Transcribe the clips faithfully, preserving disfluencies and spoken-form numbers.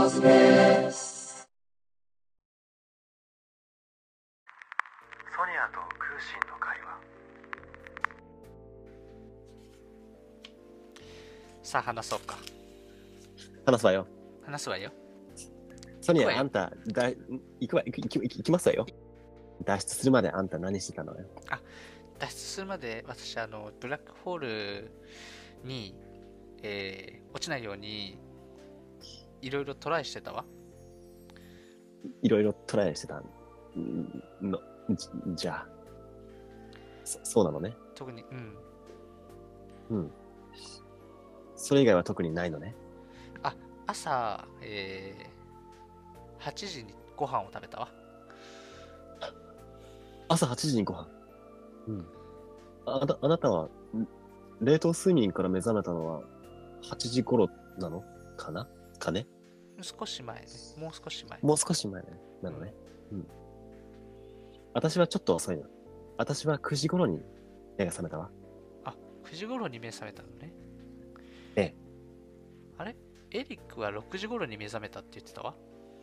スです。 ソニアとクーシンの会話。 さあ話そうか。 話すわよ。 話すわよ。 ソニア、 行くわよあんた、だ行くわ、行く、行く、行きますわよ。脱出するまであんた何してたのよ。 脱出するまで私、あの、ブラックホールに、えー落ちないように、いろいろトライしてたわ。 いろいろトライしてたんの、じじゃあ。そ、そうなのね。 特に、うん。 うん。それ以外は特にないのね。 朝、えーはちじにご飯を食べたわ。 朝はちじにご飯。うん。あ、あなあなたは、ん冷凍睡眠から目覚めたのははちじ頃なのかなかね少し前ね。もう少し前。 もう少し前ね。なのね。うん。私はちょっと遅いの。私はくじ頃に目が覚めたわ。 くじ頃に目覚めたのね。 ええ。 あれエリックはろくじ頃に目覚めたって言ってたわ。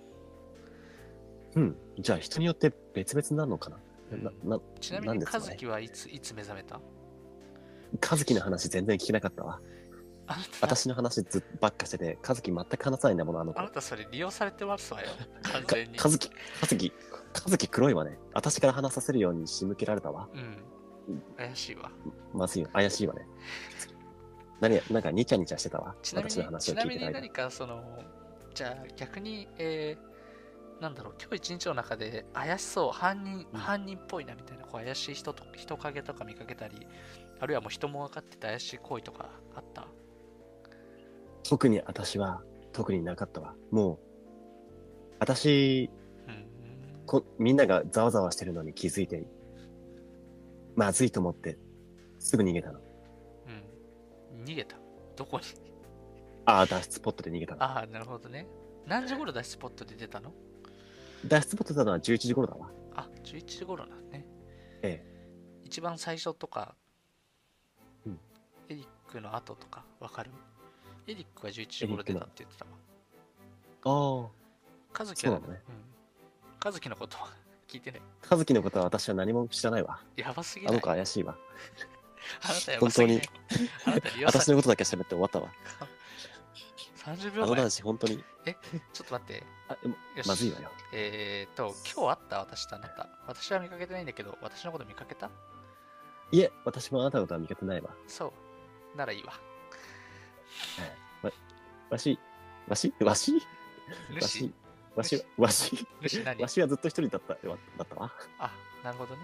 うん。じゃあ人によって別々なのかな、 うんな、な、 ちなみになんですかね和樹はいついつ目覚めた？ 和樹の話全然聞けなかったわ。 あなた私の話ずっばっかしてて、和樹全く話さないんだもの、あの子。 あなたそれ利用されてますわよ。完か全に。 和樹、和樹、和樹黒いわね。私から話させるように仕向けられたわ。 うん。怪しいわ。 まずいよ。怪しいわね。何や、なんかニチャニチャしてたわ。 ちなみに、 私の話ちなみを聞いてない。 に何かその、じゃあ逆に、えー、なんだろう、今日一日の中で怪しそう、犯人、 うん犯人っぽいなみたいな、こう怪しい人と、人影とか見かけたり、あるいはもう人も分かってた怪しい行為とかあった？ 特に私は、特になかったわ。もう、私、 うん。 こみんながざわざわしてるのに気づいて、まずいと思って、すぐ逃げたの。 うん。逃げた。どこに？ ああ、脱出ポットで逃げたの。 ああ、なるほどね。何時頃脱出ポットで出たの？ 脱出ポット出たのはじゅういちじ頃だわ。 あ、じゅういちじ頃なんね。 え一番最初とか、 うんエリックの後とかわかる？エリックはじゅういちじ頃出たって言ってたわ。 え。ああ。 カズキは、 そうなのね。 うん。カズキのことは聞いてね。 和樹のことは私は何も知らないわ。 やばすぎない。 あの子怪しいわ。 あなたやばすぎない。あなた利用さ私のことだけ喋って終わったわ。 さんじゅうあのびょうまえ。 男子本当に、 ちょっと待って。 あ、でもよしまずいわよ。 えーと、今日会った私とあなた。私は見かけてないんだけど、私のこと見かけた？ いえ、私もあなたのことは見かけてないわ。 そう。ならいいわ。 わし、わし、わし、わ主し、わし、わし、 主何わしはずっと一人だった、だったわ。 あ、なるほどね。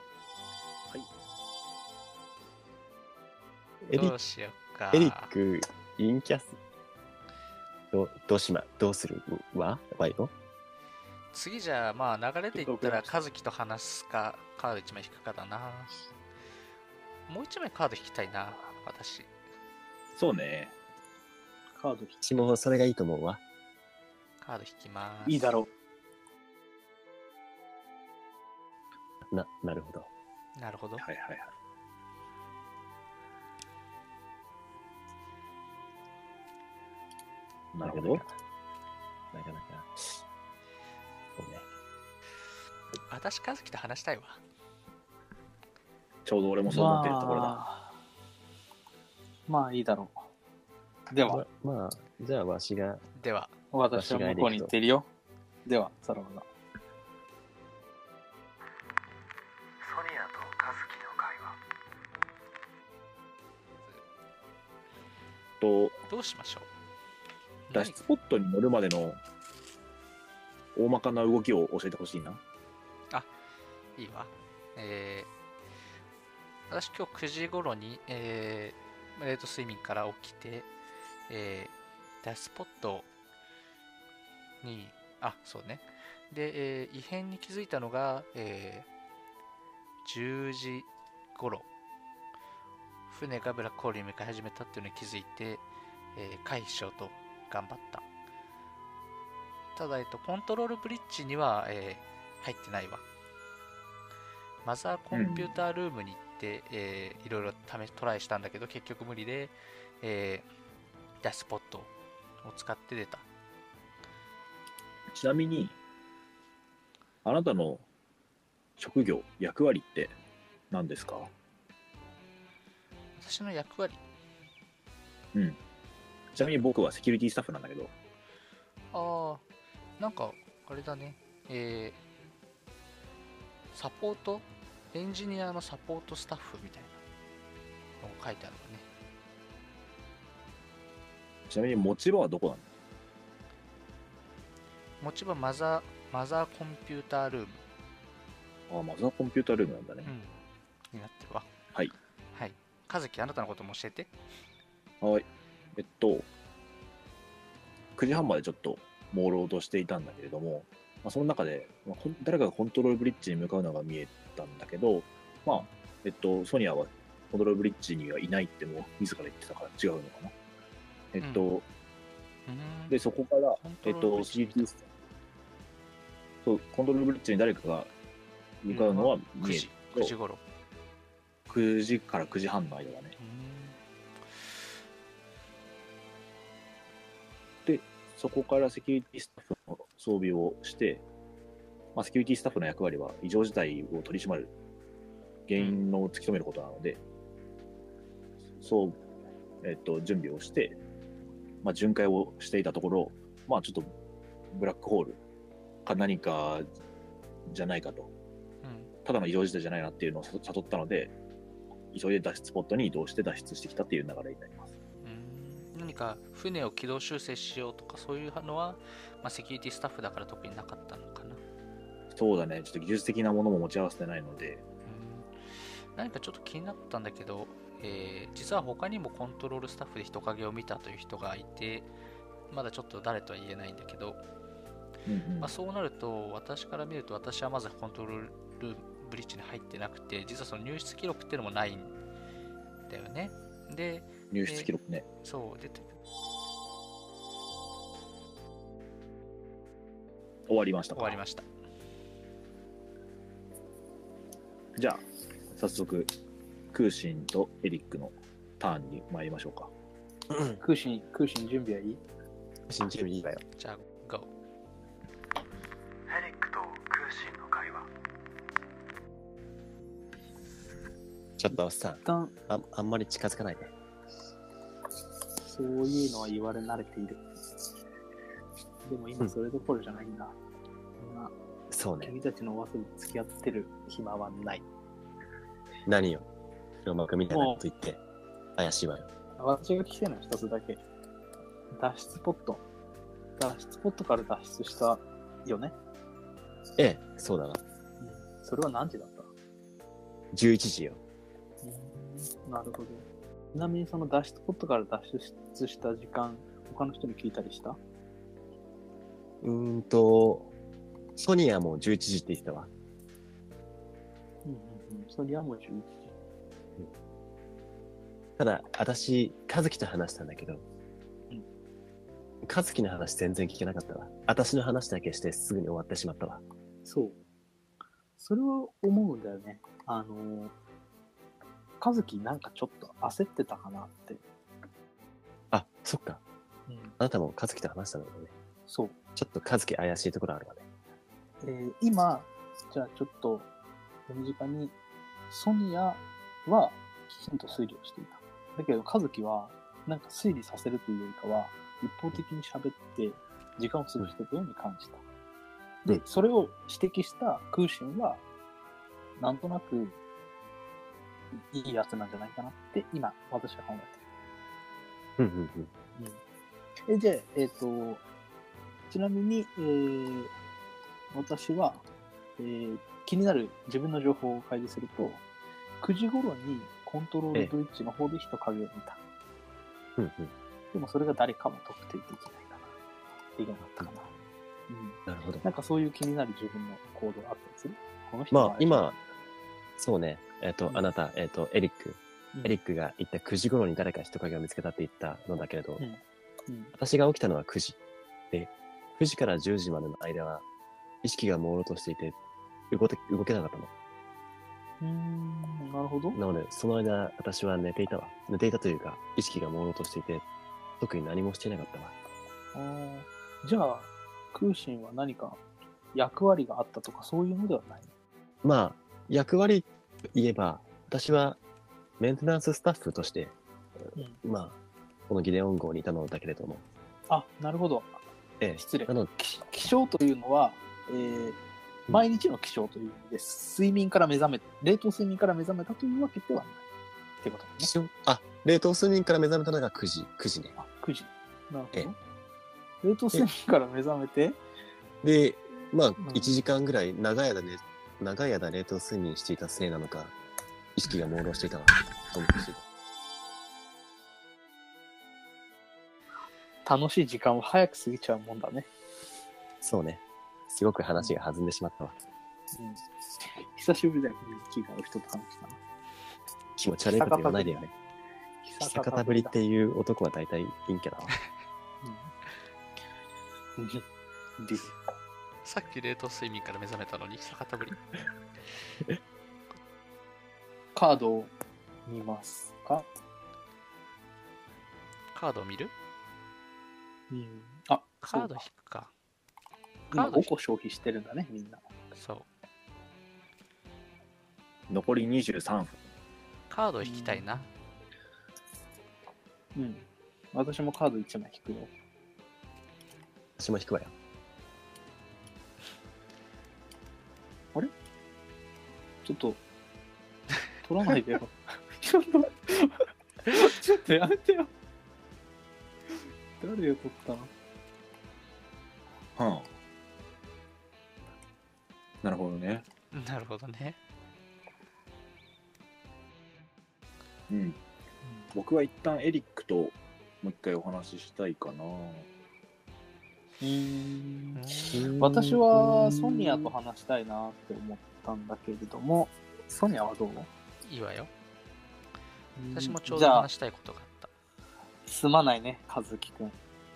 エリどうしようか。 エリック、インキャス。どう、どうしま、どうするわわよ。 次じゃあ、まあ流れで言ったら、カズキと話すか、カードいちまい引くかだな。もういちまいカード引きたいな、私。 そうね。カード引私もそれがいいと思うわ。 カード引きます。 いいだろな、なるほど。 なるほど。 う。はいはいはい。なるほど。 なかなか。そうね。 私、カズキと話したいわ。 ちょうど俺もそう思ってるところだ。 まあ、まあいいだろう。では、 ま、まあ、じゃあわしが、 では、 私は向こうに行ってるよ。では、さらばだ。 ソニアとカズキの会話。 と、 どうしましょう？ 脱出ポットに乗るまでの大まかな動きを教えてほしいな。 いいわ。えー、私今日くじ頃に、えー、冷凍睡眠から起きて、えー、脱スポットに、あ、そうね。で、えー異変に気づいたのが、えー、じゅうじ頃、船がブラックホールに向かい始めたっていうのに気づいて、えー回避しようと頑張った。ただ、えっと、コントロールブリッジには、えー入ってないわ。マザーコンピュータールームに行って、えーいろいろ試しトライしたんだけど結局無理で、えー、ダスポットを使って出た。 ちなみに、あなたの職業、役割って何ですか？ 私の役割。 うん。ちなみに僕はセキュリティスタッフなんだけど。 ああ、なんか、あれだね。えー、サポートエンジニアのサポートスタッフみたいなのが書いてあるわね。 ちなみに持ち場はどこなの？ 持ち場マザー、マザーコンピュータールーム、 ああ、マザーコンピュータールームなんだね。 うん、になってるわ。 はい。 はい。和樹、あなたのことも教えて。 はい。えっと、くじはんまでちょっと朦朧としていたんだけれども、まあ、その中で、まあ、ほん誰かがコントロールブリッジに向かうのが見えたんだけど、まあ、えっと、ソニアはコントロールブリッジにはいないってもう自ら言ってたから違うのかな。えっと、 うーんで、そこからコン、トえっロールブリと、 ッジ見たシーティー そう、コントロールブリッジに誰かが向かうのは 9 見える時、 けど、 9時頃。 くじからくじはんの間だね。 うーんで、そこからセキュリティスタッフの装備をして、まあ、セキュリティスタッフの役割は異常事態を取り締まる原因を突き止めることなので、そう、えっと、準備をして、まあ、巡回をしていたところ、まあ、ちょっとブラックホールか何かじゃないかと、 うんただの異常事態じゃないなっていうのを悟ったので、急いで脱出スポットに移動して脱出してきたっていう流れになります。 うーん何か船を軌道修正しようとかそういうのは、まあ、セキュリティスタッフだから特になかったのかな。 そうだね、ちょっと技術的なものも持ち合わせてないので、 うーん何かちょっと気になったんだけど、えー実は他にもコントロールスタッフで人影を見たという人がいて、まだちょっと誰とは言えないんだけど、 うんうんまあ、そうなると私から見ると私はまずコントロールブリッジに入ってなくて、実はその入室記録っていうのもないんだよね。で、 入室記録ね。 そう出て終わりましたか？ 終わりました。 じゃあ、早速、クーシンとエリックのターンに参りましょうか。 空心、空心準備はいい？ 信じるいいわよ。 じゃあ GO。 エリックとクーシンの会話。 ちょっとおっさん一、旦、 ああんまり近づかないで。 そういうのは言われ慣れている。でも今それどころじゃないんだ。今、 そうね。 君たちの噂に付き合ってる暇はない。 何よ。黒幕みたいなこと言って。怪しいわよ。 私が聞きたいのは一つだけ。脱出ポット。脱出ポットから脱出したよね。 ええ、そうだわ。 うん。それは何時だった？ じゅういちじよ。 うん、なるほど。ちなみにその脱出ポットから脱出した時間、他の人に聞いたりした？ うーんと、ソニアもじゅういちじって言ってたわ。 うんうんうん。それはもうじゅういちじ。 ただ、私、和樹と話したんだけど、 うん和樹の話全然聞けなかったわ。私の話だけしてすぐに終わってしまったわ。 そう。それは思うんだよね。あの、和樹なんかちょっと焦ってたかなって。 あ、そっか。 うん。 あなたも和樹と話したんだよね。 そう。 ちょっと和樹怪しいところあるわね。 えー今、じゃあちょっと、手短に、ソニアはきちんと推理をしていた。だけど、和樹は、なんか推理させるというよりかは、一方的に喋って、時間を過ごしているように感じた。で、それを指摘した空心は、なんとなく、いいやつなんじゃないかなって、今、私は考えてる。 うんうんうん。 えじゃあ、えっ、と、ちなみに、えー私は、えー気になる自分の情報を開示すると、くじ頃にコントロールブリッジの方で人影を見た。 うんうん。 でもそれが誰かも特定できないかな。できなかったかな。うん。 なるほど。 なんかそういう気になる自分の行動あったりする？この人まあは、 今、そうね。えっ、と、 うんあなた、えっ、と、エリック。 うんエリックが言ったくじ頃に誰か人影を見つけたって言ったのだけれど、 うん。うん。 私が起きたのはくじ。で、くじからじゅうじまでの間は、意識が朦朧としていて、動け、動けなかったの。 うーん、なるほど。 なので、その間、私は寝ていたわ。寝ていたというか、意識が朦朧としていて、特に何もしていなかったわ。 あーじゃあ、 空心は何か役割があったとかそういうのではない？ まあ、役割といえば、私はメンテナンススタッフとして、 うん、 まあ、このギデオン号にいたのだけれども。 あ、なるほど。 ええ、 失礼。 なの起起床というのは、えー、毎日の起床という意味です。睡眠から目覚め、冷凍睡眠から目覚めたというわけではない。ってことですね。 あ、冷凍睡眠から目覚めたのがくじ、くじね。 あ、くじ。なるほええど。冷凍睡眠から目覚めて、 で、まあ、 んいちじかんぐらい長い間ね、長い間冷凍睡眠していたせいなのか、意識が朦朧していたわ。と思って。 楽しい時間は早く過ぎちゃうもんだね。 そうね。すごく話が弾んでしまったわ。 うん。久しぶりだよ、気が合う人と話したな。 気持ち悪いこと言わないでよね。久方ぶりっていう男は大体陰キャだわ。 うん。で、 さっき冷凍睡眠から目覚めたのに久方ぶり。 カードを見ますか？ カードを見る？ うん。あ、 カード引くか。 今カード引ごこ消費してるんだね、みんな。 そう。 残りにじゅうさんぷん。 カード引きたいな。 うん。私もカードいちまい引くよ。 私も引くわよ。 あれちょっと、取らないでよ。ちょっと、ちょっとやめてよ。誰が取ったの？ はあ。なるほどね。 なるほどね。 うん。僕は一旦エリックともう一回お話ししたいかな。 うーん。 うん私はソニアと話したいなって思ったんだけれども、ソニアはどう？ いいわよ。私もちょうじゃあど話したいことがあった。 すまないね、和樹くん。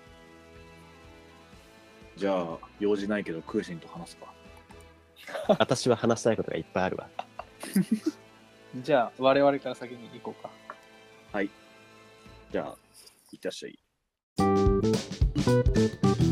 じゃあ、用事ないけど空心と話すか。 私は話したいことがいっぱいあるわ。 じゃあ、我々から先に行こうか。 はい。じゃあ、いってらっしゃい。